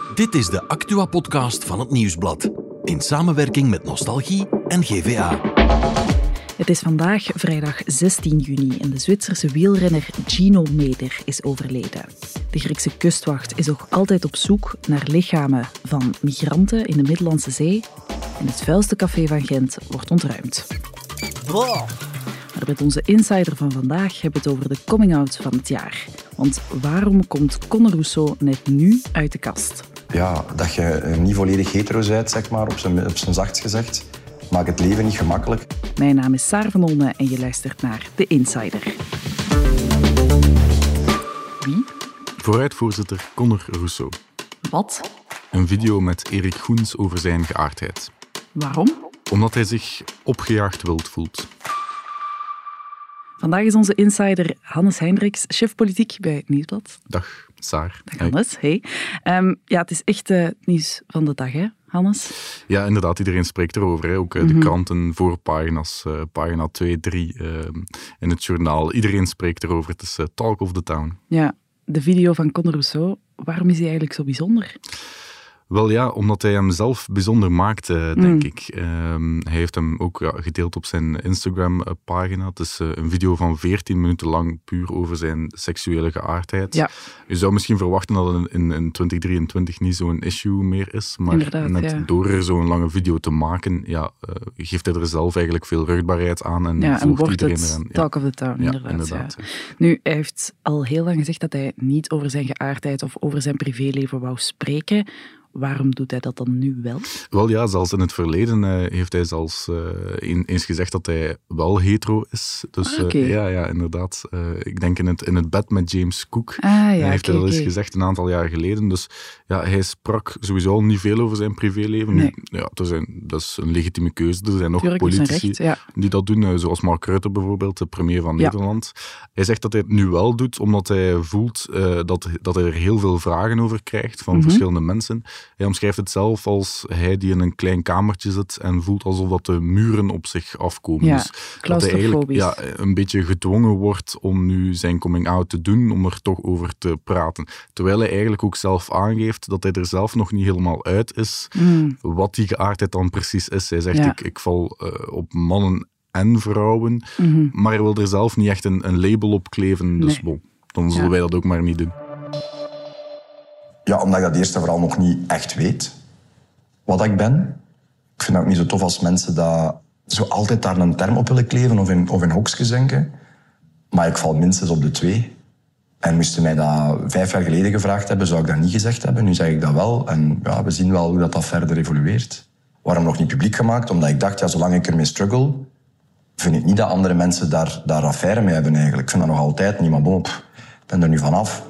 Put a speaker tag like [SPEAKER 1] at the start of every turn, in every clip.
[SPEAKER 1] Dit is de Actua-podcast van het Nieuwsblad. In samenwerking met Nostalgie en GVA.
[SPEAKER 2] Het is vandaag vrijdag 16 juni en de Zwitserse wielrenner Gino Meder is overleden. De Griekse kustwacht is nog altijd op zoek naar lichamen van migranten in de Middellandse Zee. En het vuilste café van Gent wordt ontruimd. Maar met onze insider van vandaag hebben we het over de coming-out van het jaar. Want waarom komt Conor Rousseau net nu uit de kast?
[SPEAKER 3] Ja, dat je niet volledig hetero bent, zeg maar, op zijn zachtst gezegd, maakt het leven niet gemakkelijk.
[SPEAKER 2] Mijn naam is Saar van Olme en je luistert naar The Insider. Wie?
[SPEAKER 4] Vooruitvoorzitter Conor Rousseau.
[SPEAKER 2] Wat?
[SPEAKER 4] Een video met Erik Goens over zijn geaardheid.
[SPEAKER 2] Waarom?
[SPEAKER 4] Omdat hij zich opgejaagd wild voelt.
[SPEAKER 2] Vandaag is onze insider Hannes Hendricks, chef politiek bij het Nieuwsblad.
[SPEAKER 4] Dag, Saar.
[SPEAKER 2] Dag Hannes, hey. Het is echt het nieuws van de dag, hè, Hannes?
[SPEAKER 4] Ja, inderdaad, iedereen spreekt erover. Hè. Ook de kranten, voorpagina's, pagina 2, 3 in het journaal. Iedereen spreekt erover. Het is talk of the town.
[SPEAKER 2] Ja, de video van Conor Rousseau, waarom is hij eigenlijk zo bijzonder?
[SPEAKER 4] Wel ja, omdat hij hem zelf bijzonder maakt, denk ik. Hij heeft hem ook gedeeld op zijn Instagram-pagina. Het is een video van 14 minuten lang puur over zijn seksuele geaardheid. Ja. Je zou misschien verwachten dat het in 2023 niet zo'n issue meer is. Maar door er zo'n lange video te maken, geeft hij er zelf eigenlijk veel rugbaarheid aan. En
[SPEAKER 2] wordt
[SPEAKER 4] iedereen
[SPEAKER 2] het
[SPEAKER 4] eraan.
[SPEAKER 2] talk of the town, inderdaad. Ja. Nu, hij heeft al heel lang gezegd dat hij niet over zijn geaardheid of over zijn privéleven wou spreken. Waarom doet hij dat dan nu wel?
[SPEAKER 4] Wel ja, zelfs in het verleden heeft hij zelfs eens gezegd dat hij wel hetero is. Dus ja, inderdaad. Ik denk in het bed met James Cook. Heeft hij dat eens gezegd een aantal jaar geleden. Dus ja, hij sprak sowieso al niet veel over zijn privéleven.
[SPEAKER 2] Nee.
[SPEAKER 4] Dat is een legitieme keuze. Er zijn nog politici die dat doen, zoals Mark Rutte bijvoorbeeld, de premier van Nederland. Hij zegt dat hij het nu wel doet, omdat hij voelt dat hij er heel veel vragen over krijgt van verschillende mensen. Hij omschrijft het zelf als hij die in een klein kamertje zit en voelt alsof dat de muren op zich afkomen.
[SPEAKER 2] Ja,
[SPEAKER 4] dus dat hij eigenlijk een beetje gedwongen wordt om nu zijn coming-out te doen, om er toch over te praten. Terwijl hij eigenlijk ook zelf aangeeft dat hij er zelf nog niet helemaal uit is wat die geaardheid dan precies is. Hij zegt, ik val op mannen en vrouwen, maar hij wil er zelf niet echt een label op kleven. Dus dan zullen wij dat ook maar niet doen.
[SPEAKER 3] Ja, omdat ik dat eerst en vooral nog niet echt weet wat ik ben. Ik vind het ook niet zo tof als mensen dat zo altijd daar een term op willen kleven of in hokjes denken. Maar ik val minstens op de 2. En moesten mij dat 5 jaar geleden gevraagd hebben, zou ik dat niet gezegd hebben. Nu zeg ik dat wel. En ja, we zien wel hoe dat verder evolueert. Waarom nog niet publiek gemaakt? Omdat ik dacht, zolang ik ermee struggle, vind ik niet dat andere mensen daar affaire mee hebben eigenlijk. Ik vind dat nog altijd niet, maar ik ben er nu vanaf.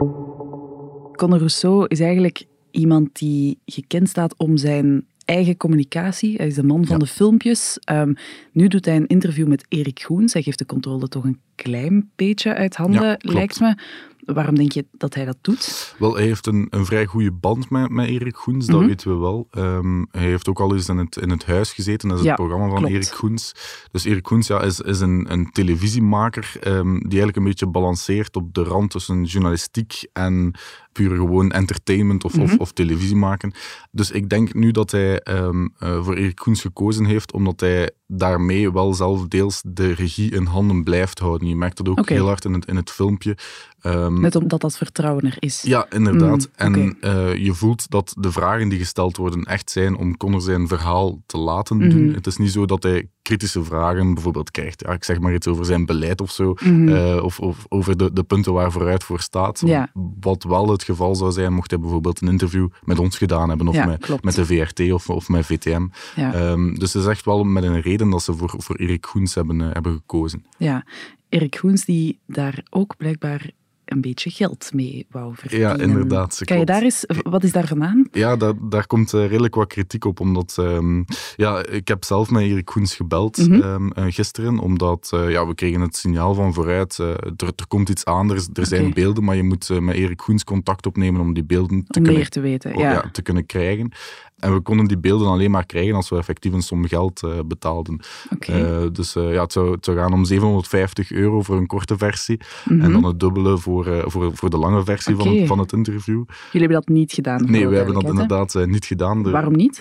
[SPEAKER 2] Conor Rousseau is eigenlijk iemand die gekend staat om zijn eigen communicatie. Hij is de man van de filmpjes. Nu doet hij een interview met Erik Goens. Hij geeft de controle toch een klein beetje uit handen, lijkt me. Waarom denk je dat hij dat doet?
[SPEAKER 4] Wel, hij heeft een vrij goede band met Erik Goens, dat weten we wel. Hij heeft ook al eens in het huis gezeten, dat is het programma van Erik Goens. Dus Erik Goens is een televisiemaker die eigenlijk een beetje balanceert op de rand tussen journalistiek en puur gewoon entertainment of televisie maken. Dus ik denk nu dat hij voor Erik Goens gekozen heeft, omdat hij daarmee wel zelf deels de regie in handen blijft houden. Je merkt dat ook heel hard in het filmpje.
[SPEAKER 2] Net omdat dat vertrouwen er is.
[SPEAKER 4] Ja, inderdaad. En je voelt dat de vragen die gesteld worden echt zijn om Conor zijn verhaal te laten doen. Het is niet zo dat hij kritische vragen bijvoorbeeld krijgt. Ja, ik zeg maar iets over zijn beleid of zo. Of over de punten waar vooruit voor staat. Ja. Wat wel het geval zou zijn, mocht hij bijvoorbeeld een interview met ons gedaan hebben. Of met de VRT of met VTM. Ja. Dus het is echt wel met een reden dat ze voor Erik Goens hebben gekozen. Ja,
[SPEAKER 2] Erik Goens die daar ook blijkbaar een beetje geld mee wou verdienen.
[SPEAKER 4] Ja, inderdaad.
[SPEAKER 2] Kan je daar eens, wat is daar vandaan?
[SPEAKER 4] Ja, daar komt redelijk wat kritiek op, omdat ik heb zelf met Erik Goens gebeld gisteren, omdat we kregen het signaal van vooruit, er komt iets aan, er zijn beelden, maar je moet met Erik Goens contact opnemen om die beelden te kunnen weten, te kunnen krijgen. En we konden die beelden alleen maar krijgen als we effectief een som geld betaalden.
[SPEAKER 2] Okay.
[SPEAKER 4] Dus het zou gaan om €750 voor een korte versie. En dan het dubbele voor de lange versie van het interview.
[SPEAKER 2] Jullie hebben dat niet gedaan?
[SPEAKER 4] Nee, we hebben dat inderdaad niet gedaan.
[SPEAKER 2] Waarom niet?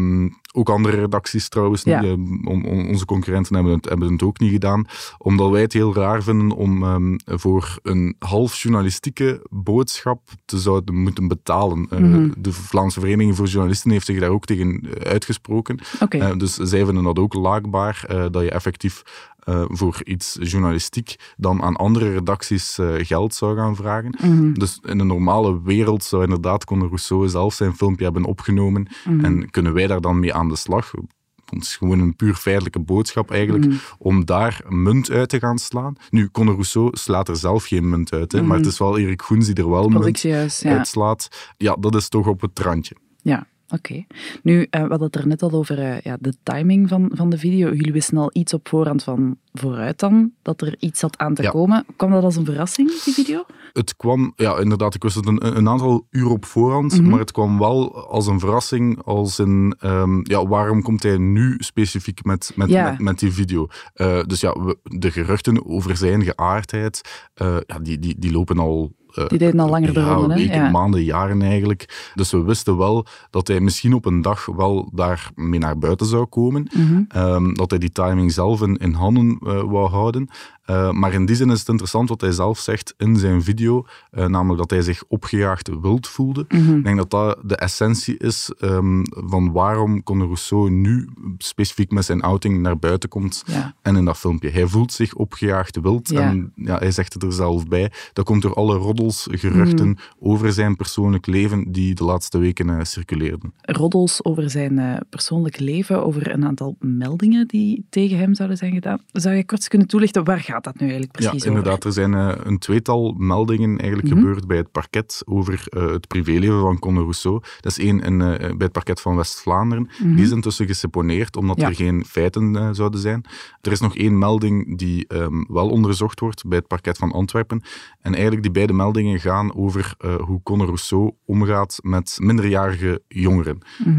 [SPEAKER 4] Ook andere redacties trouwens niet. Onze concurrenten hebben het ook niet gedaan. Omdat wij het heel raar vinden om voor een half journalistieke boodschap te zouden moeten betalen. De Vlaamse Vereniging voor Journalisten heeft zich daar ook tegen uitgesproken. Dus zij vinden dat ook laakbaar, dat je effectief voor iets journalistiek dan aan andere redacties geld zou gaan vragen. Dus in een normale wereld zou inderdaad Conor Rousseau zelf zijn filmpje hebben opgenomen en kunnen wij daar dan mee aan de slag. Het is gewoon een puur feitelijke boodschap eigenlijk, om daar munt uit te gaan slaan. Nu, Conor Rousseau slaat er zelf geen munt uit, maar het is wel Erik Goens die er wel munt uitslaat. Ja, dat is toch op het randje.
[SPEAKER 2] Ja. Oké. Nu, we hadden het er net al over de timing van de video. Jullie wisten al iets op voorhand van vooruit dan, dat er iets had aan te komen. Kwam dat als een verrassing, die video?
[SPEAKER 4] Het kwam, inderdaad, ik wist het een aantal uur op voorhand, maar het kwam wel als een verrassing, als in, waarom komt hij nu specifiek met die video? Dus de geruchten over zijn geaardheid, die lopen al...
[SPEAKER 2] Die deden al langer de ronde,
[SPEAKER 4] weken, maanden, jaren eigenlijk. Dus we wisten wel dat hij misschien op een dag wel daarmee naar buiten zou komen. Dat hij die timing zelf in handen wou houden. Maar in die zin is het interessant wat hij zelf zegt in zijn video, namelijk dat hij zich opgejaagd wild voelde. Ik denk dat dat de essentie is van waarom Conor Rousseau nu specifiek met zijn outing naar buiten komt en in dat filmpje. Hij voelt zich opgejaagd wild en hij zegt het er zelf bij. Dat komt door alle roddels, geruchten over zijn persoonlijk leven die de laatste weken circuleerden.
[SPEAKER 2] Roddels over zijn persoonlijk leven, over een aantal meldingen die tegen hem zouden zijn gedaan. Zou je kort kunnen toelichten, waar gaat dat nu eigenlijk precies over?
[SPEAKER 4] Inderdaad. Er zijn een tweetal meldingen eigenlijk gebeurd bij het parket over het privéleven van Conor Rousseau. Dat is één bij het parket van West-Vlaanderen. Die is intussen geseponeerd, omdat er geen feiten zouden zijn. Er is nog één melding die wel onderzocht wordt bij het parket van Antwerpen. En eigenlijk die beide meldingen gaan over hoe Conor Rousseau omgaat met minderjarige jongeren.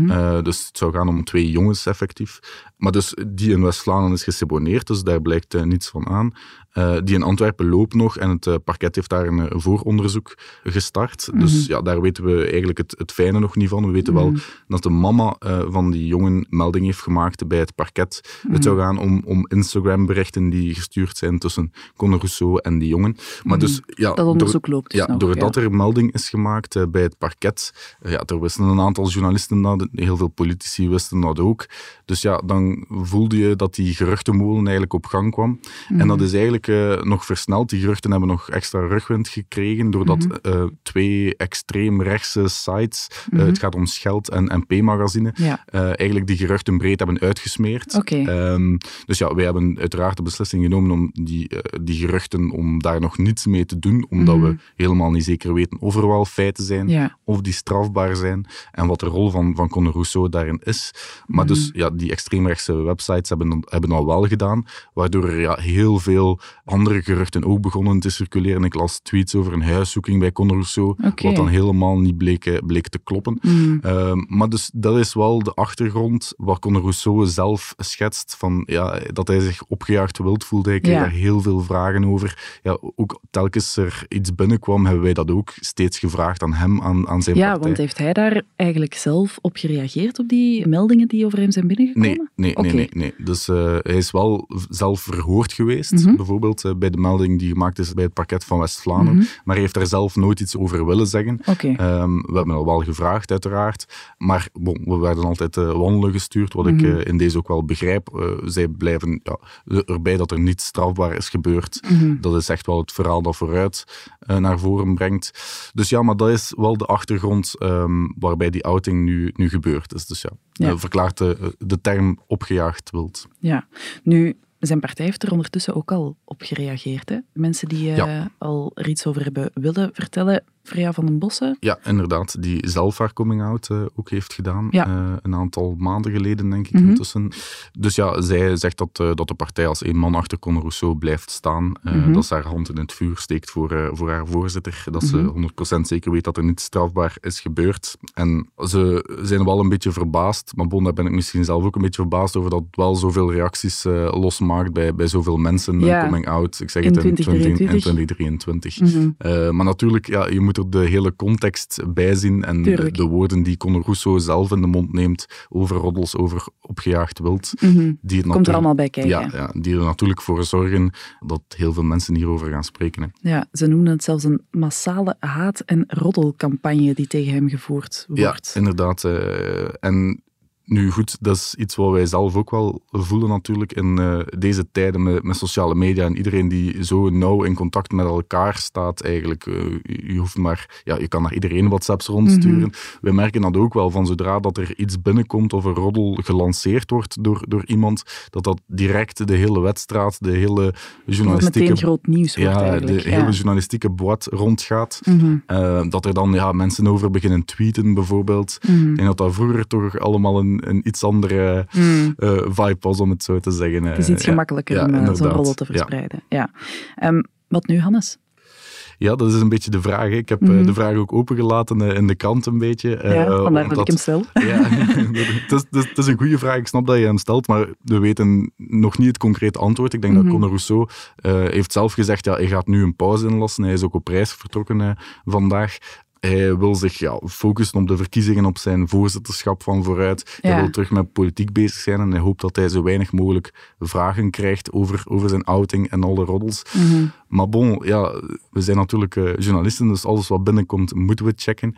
[SPEAKER 4] Dus het zou gaan om 2 jongens effectief. Maar dus die in West-Vlaanderen is geseponeerd, dus daar blijkt niets van aan. Die in Antwerpen loopt nog en het parket heeft daar een vooronderzoek gestart. Dus daar weten we eigenlijk het fijne nog niet van. We weten wel dat de mama van die jongen melding heeft gemaakt bij het parket. Het zou gaan om Instagram-berichten die gestuurd zijn tussen Conor Rousseau en die jongen. Maar dus,
[SPEAKER 2] dat onderzoek loopt dus nog.
[SPEAKER 4] Doordat er melding is gemaakt bij het parket, er wisten een aantal journalisten dat, heel veel politici wisten dat ook. Dus dan voelde je dat die geruchtenmolen eigenlijk op gang kwam. En dat is eigenlijk nog versneld. Die geruchten hebben nog extra rugwind gekregen doordat 2 extreemrechtse sites, het gaat om Scheld en P-magazine, eigenlijk die geruchten breed hebben uitgesmeerd. Dus wij hebben uiteraard de beslissing genomen om die geruchten, om daar nog niets mee te doen, omdat we helemaal niet zeker weten of er wel feiten zijn, of die strafbaar zijn, en wat de rol van Conor Rousseau daarin is. Maar dus die extreemrechtse websites hebben dat wel gedaan, waardoor er heel veel andere geruchten ook begonnen te circuleren. Ik las tweets over een huiszoeking bij Conor Rousseau, wat dan helemaal niet bleek te kloppen. Maar dus dat is wel de achtergrond waar Conor Rousseau zelf schetst, van dat hij zich opgejaagd wild voelde. Hij kreeg daar heel veel vragen over. Ook telkens er iets binnenkwam, hebben wij dat ook steeds gevraagd aan hem, aan zijn partij.
[SPEAKER 2] Want heeft hij daar eigenlijk zelf op gereageerd, op die meldingen die over hem zijn binnengekomen?
[SPEAKER 4] Nee. Dus hij is wel zelf verhoord geweest, bijvoorbeeld bij de melding die gemaakt is bij het parket van West-Vlaanderen, maar hij heeft daar zelf nooit iets over willen zeggen. We hebben al wel gevraagd, uiteraard, maar we werden altijd wandelen gestuurd, wat ik in deze ook wel begrijp. Zij blijven erbij dat er niets strafbaar is gebeurd. Dat is echt wel het verhaal dat vooruit naar voren brengt. Dus maar dat is wel de achtergrond waarbij die outing nu gebeurd is. Dus verklaart de term opgejaagd wild.
[SPEAKER 2] Ja, nu... Zijn partij heeft er ondertussen ook al op gereageerd. Hè? Mensen die al er iets over hebben willen vertellen. Freya van den Bossen.
[SPEAKER 4] Ja, inderdaad. Die zelf haar coming-out ook heeft gedaan.
[SPEAKER 2] Ja.
[SPEAKER 4] Een aantal maanden geleden, denk ik, intussen. Dus ja, zij zegt dat de partij als één man achter Conor Rousseau blijft staan. Dat ze haar hand in het vuur steekt voor haar voorzitter. Dat ze 100% zeker weet dat er niets strafbaar is gebeurd. En ze zijn wel een beetje verbaasd. Maar bon, daar ben ik misschien zelf ook een beetje verbaasd over dat het wel zoveel reacties losmaakt bij zoveel mensen. Coming-out. Ik zeg het in 2023. Maar natuurlijk, ja, je moet er de hele context bij zien en de woorden die Conor Rousseau zelf in de mond neemt over roddels, over opgejaagd wild. Die het
[SPEAKER 2] komt er allemaal bij kijken.
[SPEAKER 4] Ja, die er natuurlijk voor zorgen dat heel veel mensen hierover gaan spreken. Hè.
[SPEAKER 2] Ja, ze noemen het zelfs een massale haat- en roddelcampagne die tegen hem gevoerd wordt.
[SPEAKER 4] Ja, inderdaad. En nu goed, dat is iets wat wij zelf ook wel voelen natuurlijk in deze tijden met sociale media en iedereen die zo nauw in contact met elkaar staat eigenlijk. Je hoeft maar, je kan naar iedereen WhatsApps rondsturen. Wij merken dat ook wel, van zodra dat er iets binnenkomt of een roddel gelanceerd wordt door iemand, dat direct de hele wedstraat, de hele journalistieke...
[SPEAKER 2] meteen groot nieuws wordt eigenlijk.
[SPEAKER 4] De hele journalistieke boîte rondgaat. Dat er dan mensen over beginnen tweeten bijvoorbeeld. Ik denk dat vroeger toch allemaal een iets andere vibe was, om het zo te zeggen.
[SPEAKER 2] Het is iets gemakkelijker om zo'n roddel te verspreiden. Ja. Wat nu, Hannes?
[SPEAKER 4] Ja, dat is een beetje de vraag. Ik heb de vraag ook opengelaten in de krant een beetje.
[SPEAKER 2] Vandaar dat ik hem stel.
[SPEAKER 4] Ja, het is een goede vraag. Ik snap dat je hem stelt, maar we weten nog niet het concrete antwoord. Ik denk dat Conor Rousseau heeft zelf gezegd, hij gaat nu een pauze inlassen. Hij is ook op reis vertrokken vandaag. Hij wil zich focussen op de verkiezingen, op zijn voorzitterschap van vooruit. Hij wil terug met politiek bezig zijn en hij hoopt dat hij zo weinig mogelijk vragen krijgt over zijn outing en alle roddels. Maar bon, we zijn natuurlijk journalisten, dus alles wat binnenkomt moeten we checken.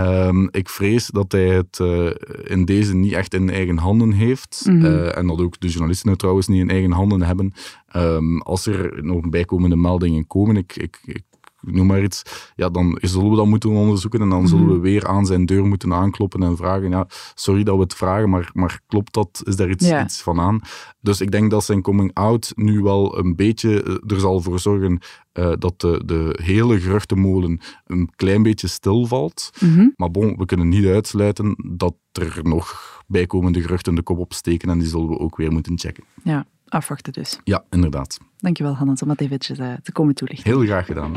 [SPEAKER 4] Ik vrees dat hij het in deze niet echt in eigen handen heeft. En dat ook de journalisten het trouwens niet in eigen handen hebben. Als er nog bijkomende meldingen komen, ik noem maar iets, dan zullen we dat moeten onderzoeken en dan zullen we weer aan zijn deur moeten aankloppen en vragen, sorry dat we het vragen, maar klopt dat? Is daar iets van aan? Dus ik denk dat zijn coming-out nu wel een beetje er zal voor zorgen dat de hele geruchtenmolen een klein beetje stilvalt. Maar bon, we kunnen niet uitsluiten dat er nog bijkomende geruchten de kop opsteken en die zullen we ook weer moeten checken.
[SPEAKER 2] Ja, afwachten dus.
[SPEAKER 4] Ja, inderdaad.
[SPEAKER 2] Dankjewel, Hannes, om dat eventjes te komen toelichten.
[SPEAKER 4] Heel graag gedaan.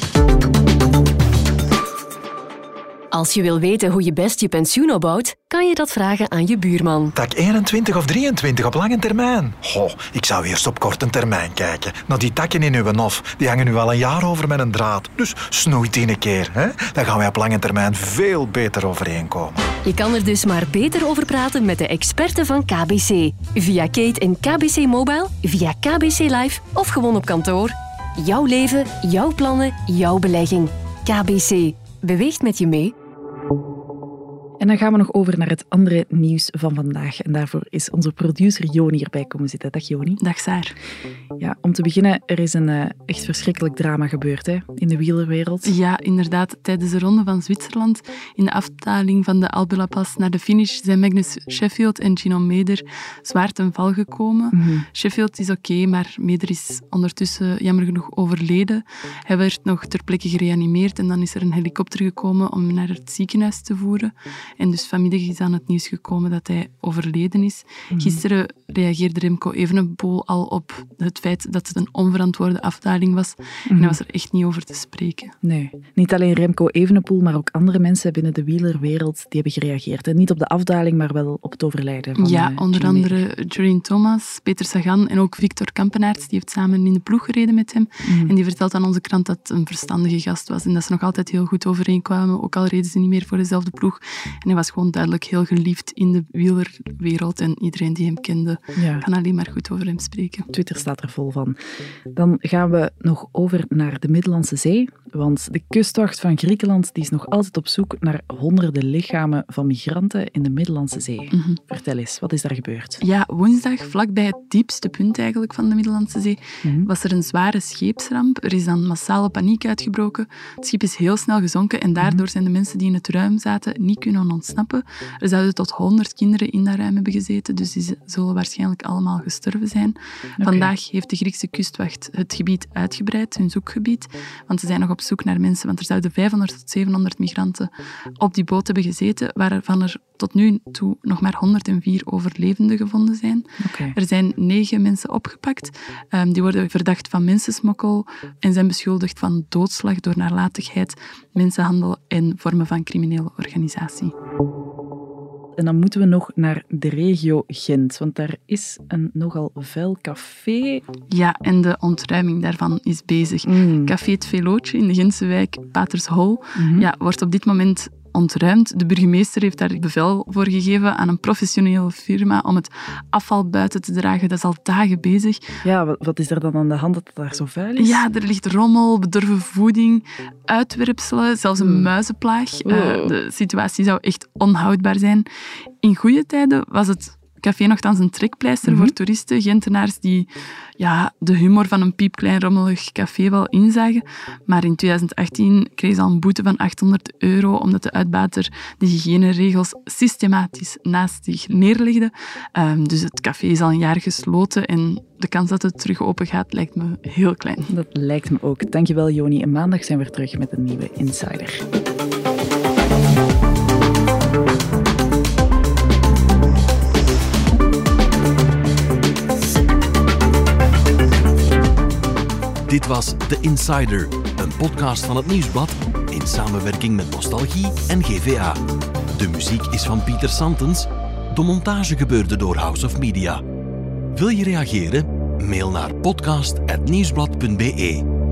[SPEAKER 5] Als je wil weten hoe je best je pensioen opbouwt, kan je dat vragen aan je buurman.
[SPEAKER 6] Tak 21 of 23 op lange termijn? Ik zou eerst op korte termijn kijken. Naar die takken in uw hof, die hangen nu al een jaar over met een draad. Dus snoeit die een keer, hè? Dan gaan wij op lange termijn veel beter overeenkomen.
[SPEAKER 5] Je kan er dus maar beter over praten met de experten van KBC. Via Kate en KBC Mobile, via KBC Live of gewoon op kantoor. Jouw leven, jouw plannen, jouw belegging. KBC. Beweegt met je mee.
[SPEAKER 2] En dan gaan we nog over naar het andere nieuws van vandaag. En daarvoor is onze producer Joni hierbij komen zitten. Dag Joni.
[SPEAKER 7] Dag Saar.
[SPEAKER 2] Ja, om te beginnen, er is een echt verschrikkelijk drama gebeurd in de wielerwereld.
[SPEAKER 7] Ja, inderdaad. Tijdens de ronde van Zwitserland, in de afdaling van de Albula-pas naar de finish, zijn Magnus Sheffield en Gino Meder zwaar ten val gekomen. Sheffield is oké, maar Meder is ondertussen jammer genoeg overleden. Hij werd nog ter plekke gereanimeerd en dan is er een helikopter gekomen om hem naar het ziekenhuis te voeren. En dus vanmiddag is aan het nieuws gekomen dat hij overleden is. Gisteren reageerde Remco Evenepoel al op het feit dat het een onverantwoorde afdaling was. En hij was er echt niet over te spreken.
[SPEAKER 2] Nee, niet alleen Remco Evenepoel, maar ook andere mensen binnen de wielerwereld die hebben gereageerd. En niet op de afdaling, maar wel op het overlijden van
[SPEAKER 7] onder andere Geraint Thomas, Peter Sagan en ook Victor Kampenaerts. Die heeft samen in de ploeg gereden met hem. En die vertelt aan onze krant dat het een verstandige gast was en dat ze nog altijd heel goed overeenkwamen, ook al reden ze niet meer voor dezelfde ploeg. En hij was gewoon duidelijk heel geliefd in de wielerwereld en iedereen die hem kende kan alleen maar goed over hem spreken.
[SPEAKER 2] Twitter staat er vol van. Dan gaan we nog over naar de Middellandse Zee, want de kustwacht van Griekenland die is nog altijd op zoek naar honderden lichamen van migranten in de Middellandse Zee. Vertel eens, wat is daar gebeurd?
[SPEAKER 7] Ja, woensdag, vlakbij het diepste punt eigenlijk van de Middellandse Zee, was er een zware scheepsramp. Er is dan massale paniek uitgebroken. Het schip is heel snel gezonken en daardoor zijn de mensen die in het ruim zaten niet kunnen kunnen ontsnappen. Er zouden tot 100 kinderen in dat ruim hebben gezeten, dus die zullen waarschijnlijk allemaal gestorven zijn. Vandaag heeft de Griekse kustwacht het gebied uitgebreid, hun zoekgebied, want ze zijn nog op zoek naar mensen, want er zouden 500 tot 700 migranten op die boot hebben gezeten, waarvan er tot nu toe nog maar 104 overlevenden gevonden zijn. Er zijn 9 mensen opgepakt. Die worden verdacht van mensensmokkel en zijn beschuldigd van doodslag door nalatigheid, mensenhandel en vormen van criminele organisatie.
[SPEAKER 2] En dan moeten we nog naar de regio Gent, want daar is een nogal vuil café.
[SPEAKER 7] Ja, en de ontruiming daarvan is bezig. Café Het Velootje in de Gentse wijk Patershol wordt op dit moment ontruimd. De burgemeester heeft daar bevel voor gegeven aan een professionele firma om het afval buiten te dragen. Dat is al dagen bezig.
[SPEAKER 2] Ja, wat is er dan aan de hand dat het daar zo vuil is?
[SPEAKER 7] Ja, er ligt rommel, bedorven voeding, uitwerpselen, zelfs een muizenplaag. De situatie zou echt onhoudbaar zijn. In goede tijden was het café nogthans een trekpleister voor toeristen, Gentenaars die de humor van een piepklein rommelig café wel inzagen. Maar in 2018 kreeg ze al een boete van €800 omdat de uitbater de hygiëneregels systematisch naast zich neerlegde. Dus het café is al een jaar gesloten en de kans dat het terug open gaat lijkt me heel klein.
[SPEAKER 2] Dat lijkt me ook. Dankjewel, Joni. En maandag zijn we terug met een nieuwe Insider.
[SPEAKER 1] Dit was The Insider, een podcast van het Nieuwsblad in samenwerking met Nostalgie en GVA. De muziek is van Pieter Santens. De montage gebeurde door House of Media. Wil je reageren? Mail naar podcast@nieuwsblad.be.